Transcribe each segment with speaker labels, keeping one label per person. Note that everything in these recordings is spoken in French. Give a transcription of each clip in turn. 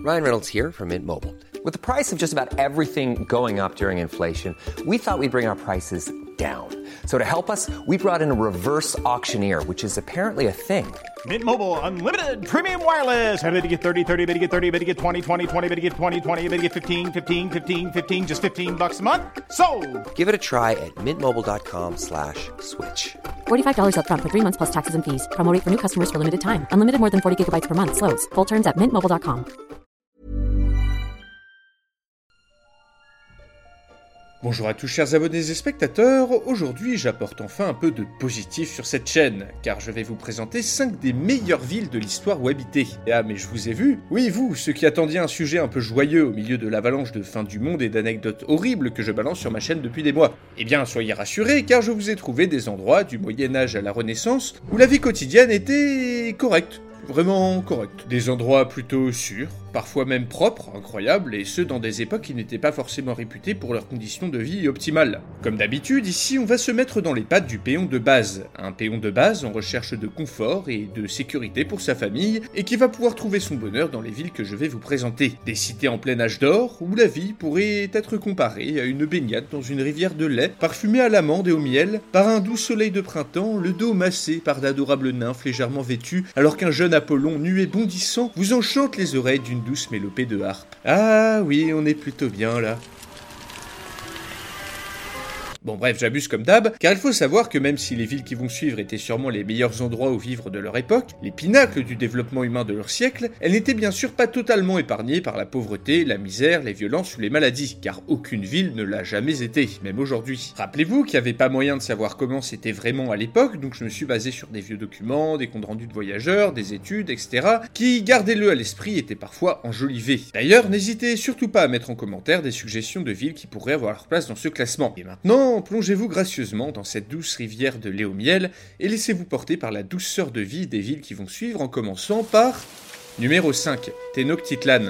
Speaker 1: Ryan Reynolds here from Mint Mobile. With the price of just about everything going up during inflation, we thought we'd bring our prices down. So to help us, we brought in a reverse auctioneer, which is apparently a thing.
Speaker 2: Mint Mobile Unlimited Premium Wireless. How to get 30, 30, bit to get 30, bit to get 20, 20, 20, bit to get 20, 20, bit to get 15, 15, 15, 15, just $15 a month? Sold!
Speaker 1: Give it a try at mintmobile.com/switch.
Speaker 3: $45 up front for 3 months plus taxes and fees. Promo rate for new customers for limited time. Unlimited more than 40 gigabytes per month. Slows full terms at mintmobile.com.
Speaker 4: Bonjour à tous chers abonnés et spectateurs, aujourd'hui j'apporte enfin un peu de positif sur cette chaîne, car je vais vous présenter 5 des meilleures villes de l'histoire où habiter. Ah mais je vous ai vu, oui vous, ceux qui attendiez un sujet un peu joyeux au milieu de l'avalanche de fin du monde et d'anecdotes horribles que je balance sur ma chaîne depuis des mois. Eh bien soyez rassurés, car je vous ai trouvé des endroits du Moyen-Âge à la Renaissance où la vie quotidienne était correcte. Vraiment correct. Des endroits plutôt sûrs, parfois même propres, incroyables, et ce dans des époques qui n'étaient pas forcément réputées pour leurs conditions de vie optimales. Comme d'habitude, ici on va se mettre dans les pattes du péon de base. Un péon de base en recherche de confort et de sécurité pour sa famille, et qui va pouvoir trouver son bonheur dans les villes que je vais vous présenter. Des cités en plein âge d'or, où la vie pourrait être comparée à une baignade dans une rivière de lait, parfumée à l'amande et au miel, par un doux soleil de printemps, le dos massé par d'adorables nymphes légèrement vêtues, alors qu'un jeune Apollon nu et bondissant vous enchante les oreilles d'une douce mélopée de harpe. Ah oui, on est plutôt bien là. Bon bref, j'abuse comme d'hab, car il faut savoir que même si les villes qui vont suivre étaient sûrement les meilleurs endroits où vivre de leur époque, les pinacles du développement humain de leur siècle, elles n'étaient bien sûr pas totalement épargnées par la pauvreté, la misère, les violences ou les maladies, car aucune ville ne l'a jamais été, même aujourd'hui. Rappelez-vous qu'il n'y avait pas moyen de savoir comment c'était vraiment à l'époque, donc je me suis basé sur des vieux documents, des comptes rendus de voyageurs, des études, etc., qui, gardez-le à l'esprit, étaient parfois enjolivés. D'ailleurs, n'hésitez surtout pas à mettre en commentaire des suggestions de villes qui pourraient avoir leur place dans ce classement. Et maintenant, plongez-vous gracieusement dans cette douce rivière de lait au miel et laissez-vous porter par la douceur de vie des villes qui vont suivre en commençant par... Numéro 5, Tenochtitlan.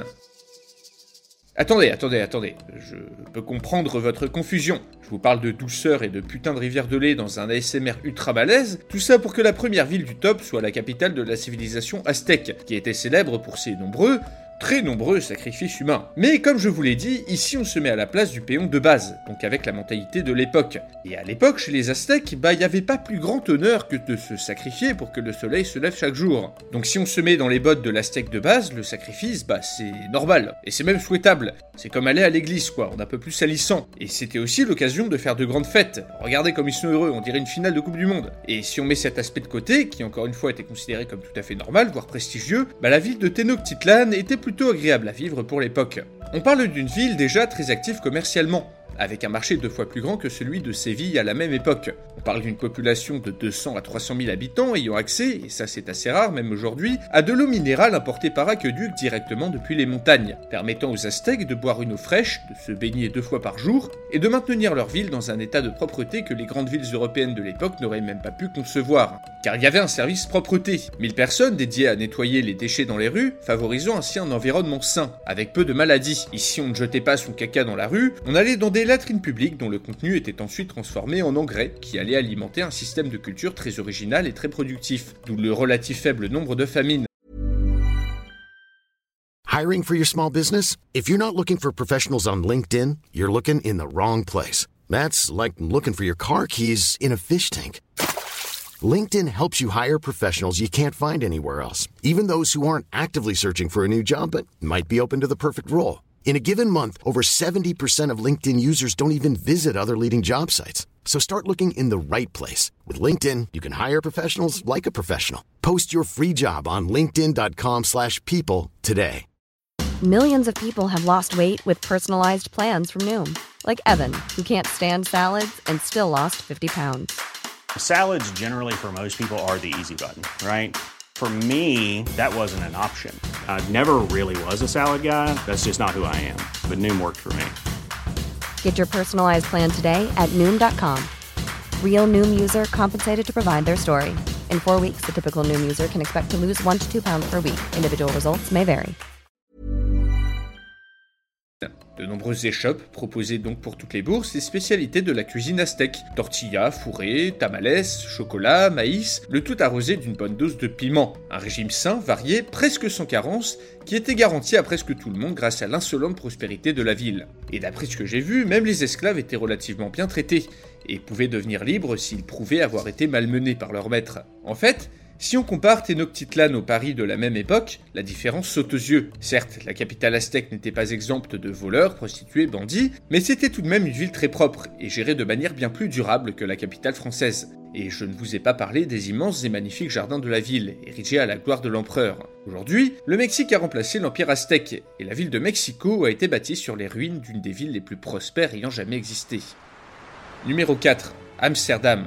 Speaker 4: Attendez, je peux comprendre votre confusion. Je vous parle de douceur et de putain de rivière de lait dans un ASMR ultra balèze, tout ça pour que la première ville du top soit la capitale de la civilisation aztèque, qui était célèbre pour ses très nombreux sacrifices humains. Mais comme je vous l'ai dit, ici on se met à la place du péon de base, donc avec la mentalité de l'époque. Et à l'époque, chez les Aztèques, il n'y avait pas plus grand honneur que de se sacrifier pour que le soleil se lève chaque jour. Donc si on se met dans les bottes de l'Aztèque de base, le sacrifice, c'est normal. Et c'est même souhaitable. C'est comme aller à l'église, quoi, on est un peu plus salissant. Et c'était aussi l'occasion de faire de grandes fêtes. Regardez comme ils sont heureux, on dirait une finale de Coupe du Monde. Et si on met cet aspect de côté, qui encore une fois était considéré comme tout à fait normal, voire prestigieux, la ville de Tenochtitlan était plutôt agréable à vivre pour l'époque. On parle d'une ville déjà très active commercialement, avec un marché 2 fois plus grand que celui de Séville à la même époque. On parle d'une population de 200 à 300 000 habitants ayant accès, et ça c'est assez rare même aujourd'hui, à de l'eau minérale importée par aqueduc directement depuis les montagnes, permettant aux Aztèques de boire une eau fraîche, de se baigner 2 fois par jour, et de maintenir leur ville dans un état de propreté que les grandes villes européennes de l'époque n'auraient même pas pu concevoir. Car il y avait un service propreté, 1000 personnes dédiées à nettoyer les déchets dans les rues, favorisant ainsi un environnement sain, avec peu de maladies. Ici on ne jetait pas son caca dans la rue, on allait dans des latrines publiques dont le contenu était ensuite transformé en engrais, qui allait alimenter un système de culture très original et très productif, d'où le relatif faible nombre de famines.
Speaker 5: Hiring for your small business? If you're not looking for professionals on LinkedIn, you're looking in the wrong place. That's like looking for your car keys in a fish tank. LinkedIn helps you hire professionals you can't find anywhere else, even those who aren't actively searching for a new job but might be open to the perfect role. In a given month, over 70% of LinkedIn users don't even visit other leading job sites. So start looking in the right place. With LinkedIn, you can hire professionals like a professional. Post your free job on linkedin.com/people today.
Speaker 6: Millions of people have lost weight with personalized plans from Noom. Like Evan, who can't stand salads and still lost 50 pounds.
Speaker 7: Salads generally for most people are the easy button, right? For me, that wasn't an option. I never really was a salad guy. That's just not who I am. But Noom worked for me.
Speaker 6: Get your personalized plan today at Noom.com. Real Noom user compensated to provide their story. In 4 weeks, the typical Noom user can expect to lose 1 to 2 pounds per week. Individual results may vary.
Speaker 4: De nombreuses échoppes proposaient donc pour toutes les bourses les spécialités de la cuisine aztèque. Tortillas, fourrés, tamales, chocolat, maïs, le tout arrosé d'une bonne dose de piment. Un régime sain, varié, presque sans carence, qui était garanti à presque tout le monde grâce à l'insolente prospérité de la ville. Et d'après ce que j'ai vu, même les esclaves étaient relativement bien traités, et pouvaient devenir libres s'ils prouvaient avoir été malmenés par leur maître. En fait, si on compare Tenochtitlan au Paris de la même époque, la différence saute aux yeux. Certes, la capitale aztèque n'était pas exempte de voleurs, prostituées, bandits, mais c'était tout de même une ville très propre, et gérée de manière bien plus durable que la capitale française. Et je ne vous ai pas parlé des immenses et magnifiques jardins de la ville, érigés à la gloire de l'empereur. Aujourd'hui, le Mexique a remplacé l'empire aztèque, et la ville de Mexico a été bâtie sur les ruines d'une des villes les plus prospères ayant jamais existé. Numéro 4. Amsterdam.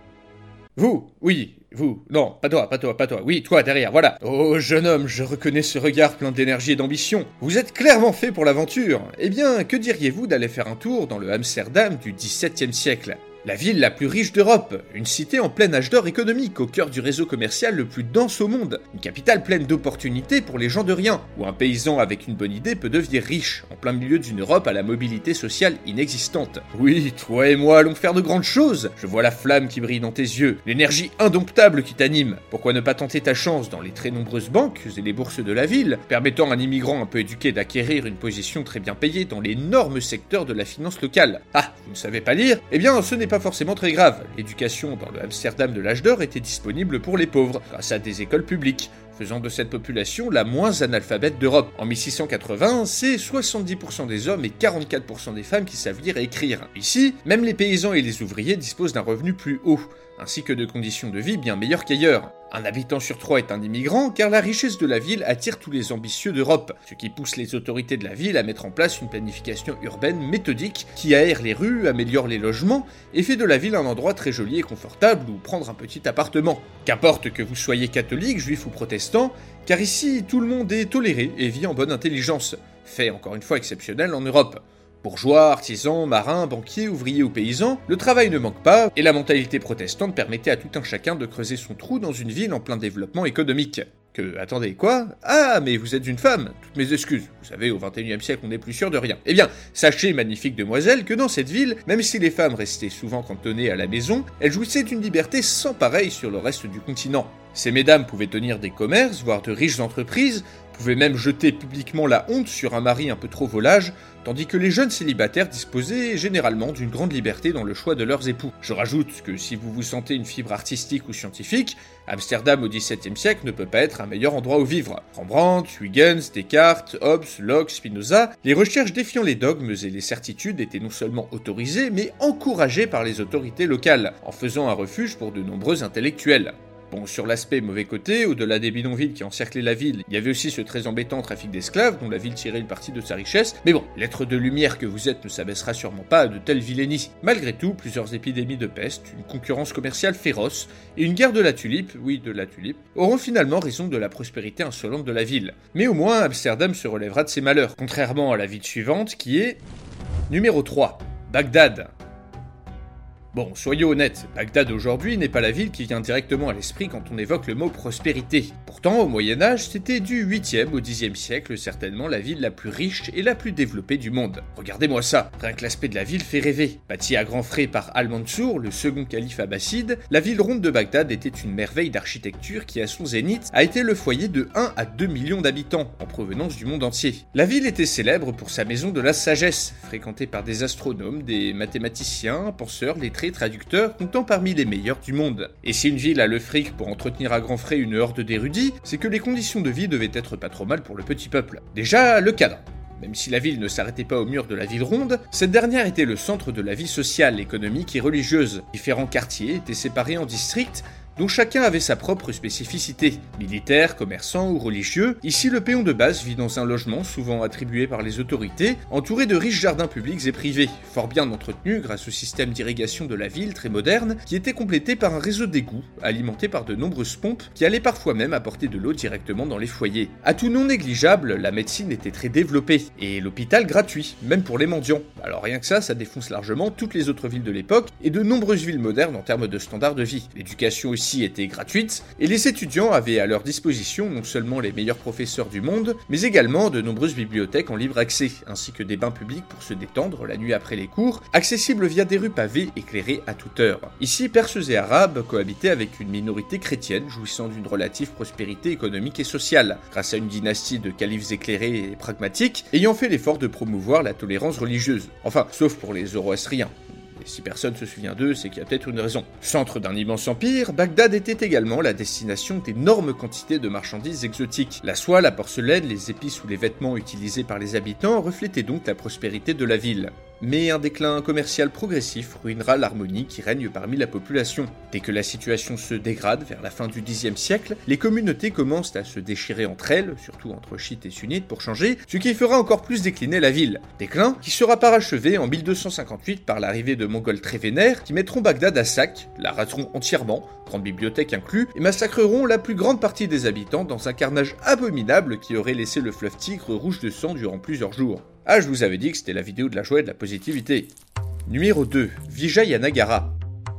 Speaker 4: Non, pas toi, oui, toi, derrière, voilà. Oh, jeune homme, je reconnais ce regard plein d'énergie et d'ambition. Vous êtes clairement fait pour l'aventure. Eh bien, que diriez-vous d'aller faire un tour dans le Amsterdam du XVIIe siècle ? La ville la plus riche d'Europe, une cité en plein âge d'or économique au cœur du réseau commercial le plus dense au monde, une capitale pleine d'opportunités pour les gens de rien, où un paysan avec une bonne idée peut devenir riche, en plein milieu d'une Europe à la mobilité sociale inexistante. Oui, toi et moi allons faire de grandes choses, je vois la flamme qui brille dans tes yeux, l'énergie indomptable qui t'anime. Pourquoi ne pas tenter ta chance dans les très nombreuses banques et les bourses de la ville, permettant à un immigrant un peu éduqué d'acquérir une position très bien payée dans l'énorme secteur de la finance locale. Ah, vous ne savez pas lire ? Eh bien, ce n'est pas forcément très grave. L'éducation dans le Amsterdam de l'âge d'or était disponible pour les pauvres, grâce à des écoles publiques, faisant de cette population la moins analphabète d'Europe. En 1680, c'est 70% des hommes et 44% des femmes qui savent lire et écrire. Ici, même les paysans et les ouvriers disposent d'un revenu plus haut, ainsi que de conditions de vie bien meilleures qu'ailleurs. Un habitant sur 3 est un immigrant, car la richesse de la ville attire tous les ambitieux d'Europe, ce qui pousse les autorités de la ville à mettre en place une planification urbaine méthodique qui aère les rues, améliore les logements et fait de la ville un endroit très joli et confortable où prendre un petit appartement. Qu'importe que vous soyez catholique, juif ou protestant, car ici tout le monde est toléré et vit en bonne intelligence, fait encore une fois exceptionnel en Europe. Bourgeois, artisans, marins, banquiers, ouvriers ou paysans, le travail ne manque pas, et la mentalité protestante permettait à tout un chacun de creuser son trou dans une ville en plein développement économique. Attendez, quoi ? Ah, mais vous êtes une femme, toutes mes excuses. Vous savez, au XXIe siècle, on n'est plus sûr de rien. Eh bien, sachez, magnifique demoiselle, que dans cette ville, même si les femmes restaient souvent cantonnées à la maison, elles jouissaient d'une liberté sans pareille sur le reste du continent. Ces mesdames pouvaient tenir des commerces, voire de riches entreprises, pouvaient même jeter publiquement la honte sur un mari un peu trop volage, tandis que les jeunes célibataires disposaient généralement d'une grande liberté dans le choix de leurs époux. Je rajoute que si vous vous sentez une fibre artistique ou scientifique, Amsterdam au XVIIe siècle ne peut pas être un meilleur endroit où vivre. Rembrandt, Huygens, Descartes, Hobbes, Locke, Spinoza, les recherches défiant les dogmes et les certitudes étaient non seulement autorisées, mais encouragées par les autorités locales, en faisant un refuge pour de nombreux intellectuels. Bon, sur l'aspect mauvais côté, au-delà des bidonvilles qui encerclaient la ville, il y avait aussi ce très embêtant trafic d'esclaves dont la ville tirait une partie de sa richesse, mais bon, l'être de lumière que vous êtes ne s'abaissera sûrement pas à de telles vilainies. Malgré tout, plusieurs épidémies de peste, une concurrence commerciale féroce et une guerre de la tulipe, auront finalement raison de la prospérité insolente de la ville. Mais au moins, Amsterdam se relèvera de ses malheurs, contrairement à la ville suivante qui est... Numéro 3. Bagdad. Bon, soyons honnêtes, Bagdad aujourd'hui n'est pas la ville qui vient directement à l'esprit quand on évoque le mot prospérité. Pourtant, au Moyen-Âge, c'était du 8e au 10e siècle certainement la ville la plus riche et la plus développée du monde. Regardez-moi ça, rien que l'aspect de la ville fait rêver. Bâtie à grands frais par Al-Mansour, le second calife abbasside, la ville ronde de Bagdad était une merveille d'architecture qui, à son zénith, a été le foyer de 1 à 2 millions d'habitants, en provenance du monde entier. La ville était célèbre pour sa maison de la sagesse, fréquentée par des astronomes, des mathématiciens, penseurs, lettrés, traducteurs, comptant parmi les meilleurs du monde. Et si une ville a le fric pour entretenir à grands frais une horde d'érudits, c'est que les conditions de vie devaient être pas trop mal pour le petit peuple. Déjà, le cadre. Même si la ville ne s'arrêtait pas au mur de la ville ronde, cette dernière était le centre de la vie sociale, économique et religieuse. Différents quartiers étaient séparés en districts, dont chacun avait sa propre spécificité. Militaire, commerçant ou religieux, ici le péon de base vit dans un logement souvent attribué par les autorités, entouré de riches jardins publics et privés, fort bien entretenus grâce au système d'irrigation de la ville très moderne, qui était complété par un réseau d'égouts, alimenté par de nombreuses pompes, qui allaient parfois même apporter de l'eau directement dans les foyers. Atout non négligeable, la médecine était très développée, et l'hôpital gratuit, même pour les mendiants. Alors rien que ça défonce largement toutes les autres villes de l'époque, et de nombreuses villes modernes en termes de standards de vie. L'éducation aussi celle-ci était gratuite, et les étudiants avaient à leur disposition non seulement les meilleurs professeurs du monde, mais également de nombreuses bibliothèques en libre accès, ainsi que des bains publics pour se détendre la nuit après les cours, accessibles via des rues pavées éclairées à toute heure. Ici, Perses et Arabes cohabitaient avec une minorité chrétienne jouissant d'une relative prospérité économique et sociale, grâce à une dynastie de califes éclairés et pragmatiques, ayant fait l'effort de promouvoir la tolérance religieuse. Enfin, sauf pour les zoroastriens. Et si personne se souvient d'eux, c'est qu'il y a peut-être une raison. Centre d'un immense empire, Bagdad était également la destination d'énormes quantités de marchandises exotiques. La soie, la porcelaine, les épices ou les vêtements utilisés par les habitants reflétaient donc la prospérité de la ville. Mais un déclin commercial progressif ruinera l'harmonie qui règne parmi la population. Dès que la situation se dégrade vers la fin du Xe siècle, les communautés commencent à se déchirer entre elles, surtout entre chiites et sunnites pour changer, ce qui fera encore plus décliner la ville. Déclin qui sera parachevé en 1258 par l'arrivée de Mongols très vénères qui mettront Bagdad à sac, la raseront entièrement, grande bibliothèque inclus, et massacreront la plus grande partie des habitants dans un carnage abominable qui aurait laissé le fleuve Tigre rouge de sang durant plusieurs jours. Ah, je vous avais dit que c'était la vidéo de la joie et de la positivité. Numéro 2, Vijayanagara.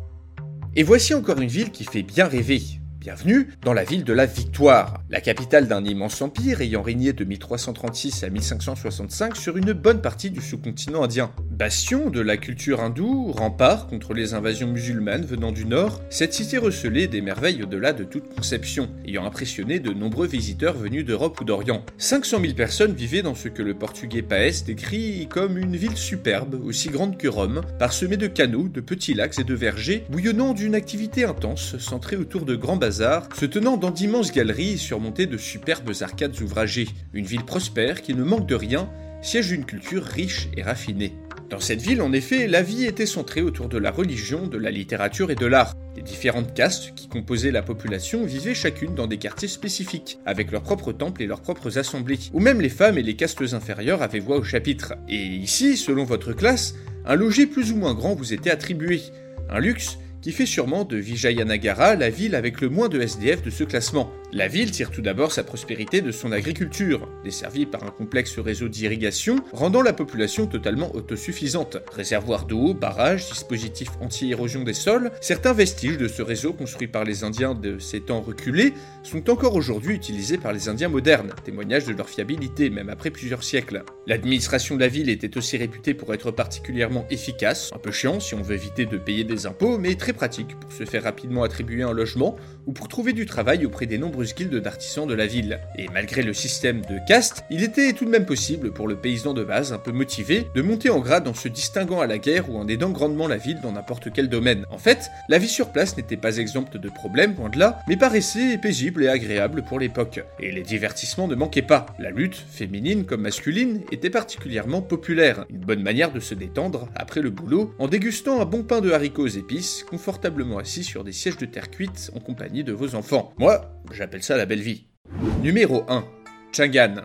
Speaker 4: Et voici encore une ville qui fait bien rêver. Bienvenue dans la ville de la Victoire, la capitale d'un immense empire ayant régné de 1336 à 1565 sur une bonne partie du sous-continent indien. Bastion de la culture hindoue, rempart contre les invasions musulmanes venant du nord, cette cité recelait des merveilles au-delà de toute conception, ayant impressionné de nombreux visiteurs venus d'Europe ou d'Orient. 500 000 personnes vivaient dans ce que le portugais Paes décrit comme une ville superbe, aussi grande que Rome, parsemée de canaux, de petits lacs et de vergers, bouillonnant d'une activité intense centrée autour de grands bazars, se tenant dans d'immenses galeries surmontées de superbes arcades ouvragées. Une ville prospère qui ne manque de rien, siège d'une culture riche et raffinée. Dans cette ville, en effet, la vie était centrée autour de la religion, de la littérature et de l'art. Les différentes castes qui composaient la population vivaient chacune dans des quartiers spécifiques, avec leurs propres temples et leurs propres assemblées, où même les femmes et les castes inférieures avaient voix au chapitre. Et ici, selon votre classe, un logis plus ou moins grand vous était attribué. Un luxe qui fait sûrement de Vijayanagara la ville avec le moins de SDF de ce classement. La ville tire tout d'abord sa prospérité de son agriculture, desservie par un complexe réseau d'irrigation, rendant la population totalement autosuffisante. Réservoirs d'eau, barrages, dispositifs anti-érosion des sols, certains vestiges de ce réseau construit par les Indiens de ces temps reculés sont encore aujourd'hui utilisés par les Indiens modernes, témoignage de leur fiabilité même après plusieurs siècles. L'administration de la ville était aussi réputée pour être particulièrement efficace, un peu chiant si on veut éviter de payer des impôts, mais très pratique pour se faire rapidement attribuer un logement ou pour trouver du travail auprès des nombreuses guildes d'artisans de la ville. Et malgré le système de caste, il était tout de même possible pour le paysan de base un peu motivé de monter en grade en se distinguant à la guerre ou en aidant grandement la ville dans n'importe quel domaine. En fait, la vie sur place n'était pas exempte de problèmes, loin de là, mais paraissait paisible et agréable pour l'époque. Et les divertissements ne manquaient pas. La lutte, féminine comme masculine, était particulièrement populaire. Une bonne manière de se détendre après le boulot en dégustant un bon pain de haricots aux épices, confortablement assis sur des sièges de terre cuite en compagnie de vos enfants. Moi, j'appelle ça la belle vie. Numéro 1. Chang'an.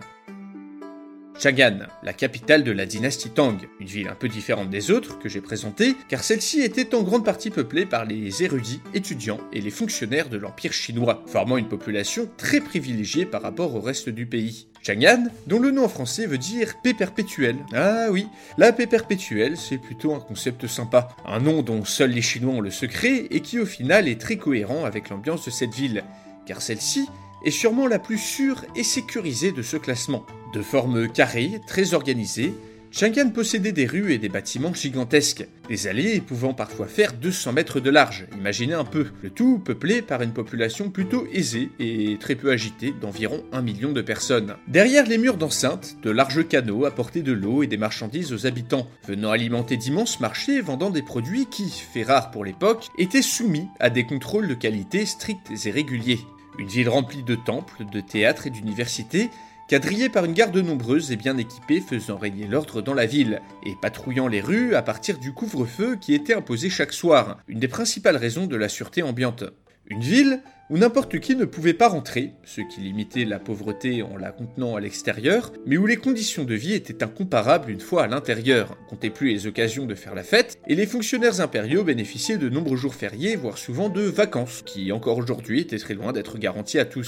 Speaker 4: Chang'an, la capitale de la dynastie Tang, une ville un peu différente des autres que j'ai présentées, car celle-ci était en grande partie peuplée par les érudits, étudiants et les fonctionnaires de l'Empire chinois, formant une population très privilégiée par rapport au reste du pays. Chang'an, dont le nom en français veut dire paix perpétuelle. Ah oui, la paix perpétuelle, c'est plutôt un concept sympa. Un nom dont seuls les Chinois ont le secret et qui au final est très cohérent avec l'ambiance de cette ville, car celle-ci est sûrement la plus sûre et sécurisée de ce classement. De forme carrée, très organisée, Chang'an possédait des rues et des bâtiments gigantesques, des allées pouvant parfois faire 200 mètres de large, imaginez un peu, le tout peuplé par une population plutôt aisée et très peu agitée d'environ 1 million de personnes. Derrière les murs d'enceinte, de larges canaux apportaient de l'eau et des marchandises aux habitants, venant alimenter d'immenses marchés vendant des produits qui, fait rare pour l'époque, étaient soumis à des contrôles de qualité stricts et réguliers. Une ville remplie de temples, de théâtres et d'universités, quadrillée par une garde nombreuse et bien équipée faisant régner l'ordre dans la ville, et patrouillant les rues à partir du couvre-feu qui était imposé chaque soir, une des principales raisons de la sûreté ambiante. Une ville où n'importe qui ne pouvait pas rentrer, ce qui limitait la pauvreté en la contenant à l'extérieur, mais où les conditions de vie étaient incomparables une fois à l'intérieur. On comptait plus les occasions de faire la fête, et les fonctionnaires impériaux bénéficiaient de nombreux jours fériés, voire souvent de vacances, qui encore aujourd'hui étaient très loin d'être garantis à tous.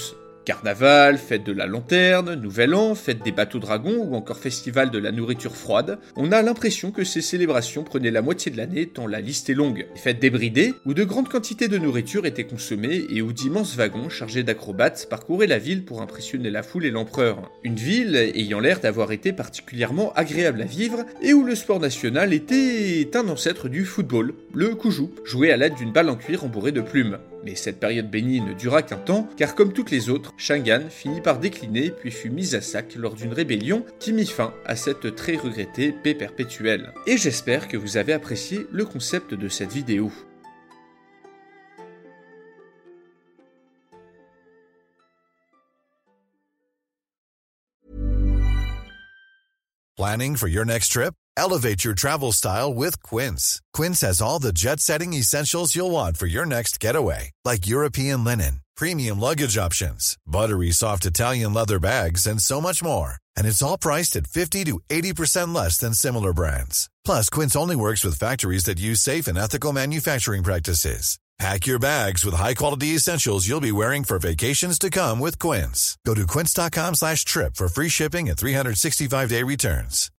Speaker 4: Carnaval, fête de la lanterne, Nouvel An, fête des bateaux dragons ou encore festival de la nourriture froide, on a l'impression que ces célébrations prenaient la moitié de l'année tant la liste est longue. Les fêtes débridées, où de grandes quantités de nourriture étaient consommées et où d'immenses wagons chargés d'acrobates parcouraient la ville pour impressionner la foule et l'empereur. Une ville ayant l'air d'avoir été particulièrement agréable à vivre et où le sport national était un ancêtre du football, le koujou, joué à l'aide d'une balle en cuir embourrée de plumes. Mais cette période bénie ne dura qu'un temps, car comme toutes les autres, Shangan finit par décliner puis fut mise à sac lors d'une rébellion qui mit fin à cette très regrettée paix perpétuelle. Et j'espère que vous avez apprécié le concept de cette vidéo.
Speaker 8: Planning for your next trip? Elevate your travel style with Quince. Quince has all the jet-setting essentials you'll want for your next getaway, like European linen, premium luggage options, buttery soft Italian leather bags, and so much more. And it's all priced at 50 to 80% less than similar brands. Plus, Quince only works with factories that use safe and ethical manufacturing practices. Pack your bags with high-quality essentials you'll be wearing for vacations to come with Quince. Go to quince.com/trip for free shipping and 365-day returns.